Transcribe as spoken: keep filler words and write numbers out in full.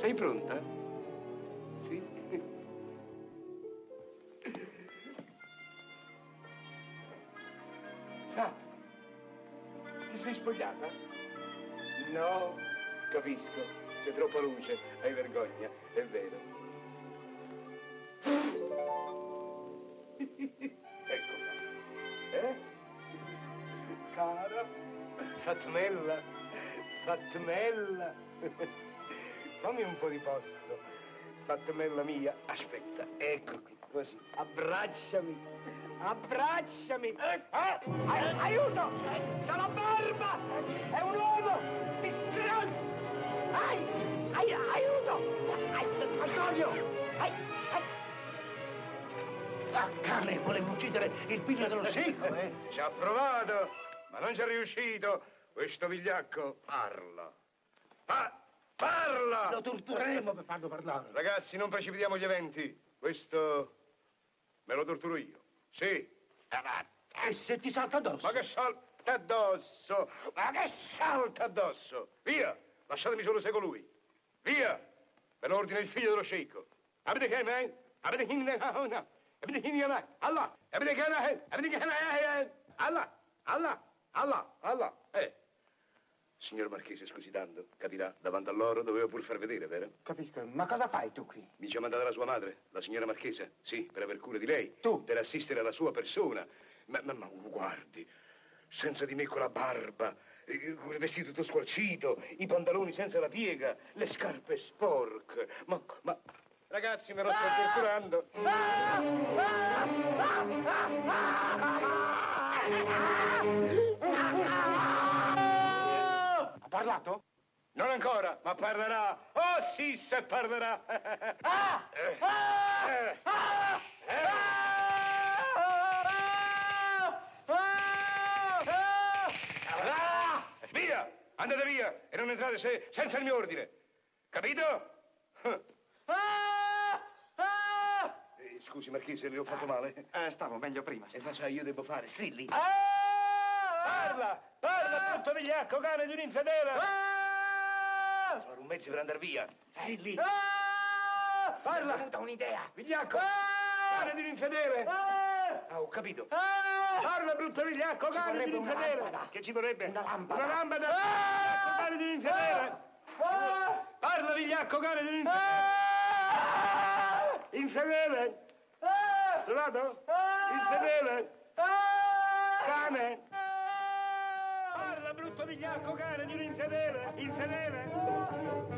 Sei pronta? Sì. Ah, ti sei spogliata? No, capisco. C'è troppa luce, hai vergogna, è vero. Ecco qua. Eh? Cara, Fatmella, Fatmella. Fammi un po' di posto. Fatmella mia, aspetta, ecco qui, così. Abbracciami, abbracciami. Eh, ah, aiuto! C'ha la barba! È un uomo! Mi stronzo! Ai! Ai, aiuto! Ai, Antonio! Ai, ai! Ah, cane, volevo uccidere il figlio dello sceicco, eh? Ci ha provato, ma non ci è riuscito. Questo vigliacco parla. Pa parla! Lo tortureremo per farlo parlare. Ragazzi, non precipitiamo gli eventi. Questo me lo torturo io. Sì. E se ti salta addosso? Ma che salta addosso? Ma che salta addosso? Via! Lasciatemi solo seguo lui. Via! Me lo ordina il figlio dello sceicco. Avete che me? Avete che me? Allah! Avete che me? Allah! Avete che me? Avete che me? Allah! Allah! Allah! Allah! Eh! Signor Marchese, scusi tanto, capirà, davanti a loro dovevo pur far vedere, vero? Capisco, ma cosa fai tu qui? Mi ci ha mandata la sua madre, la signora Marchese, sì, per aver cura di lei. Tu? Per assistere alla sua persona. Ma, ma, ma guardi, senza di me quella barba, quel vestito tutto squarcito, i pantaloni senza la piega, le scarpe sporche. Ma, ma... Ragazzi, me lo sto torturando. Ah! Ah! Ha parlato? Non ancora, ma parlerà. Oh sì, se parlerà. Ah! Eh. Ah! Eh. Ah! Eh. Ah! Via! Andate via e non entrate se, senza il mio ordine. Capito? Ah! Ah! Eh, scusi, Marchese, le ho fatto male? Eh, stavo meglio prima. E cosa io devo fare? Strilli? Ah! Parla! Parla, brutto vigliacco, cane di un infedele! Ah! Sono un mezzo per andare via. Strilli! Ah! Parla! Mi è venuta un'idea. Vigliacco! Ah! Cane di un infedele! Ah! Ah, ho capito. Ah! Parla, brutto vigliacco, cane di un infedele! Lampada. Che ci vorrebbe? Una lampada. Una lampada! Ah! Cane di un infedele! Ah! Parla, vigliacco, cane di un infedele! Ah! Infedele! Ah! Trovato? Ah! Infedele! Ah! Cane! Ah! Parla, brutto vigliacco, cane di un infedele! Infedele! Ah!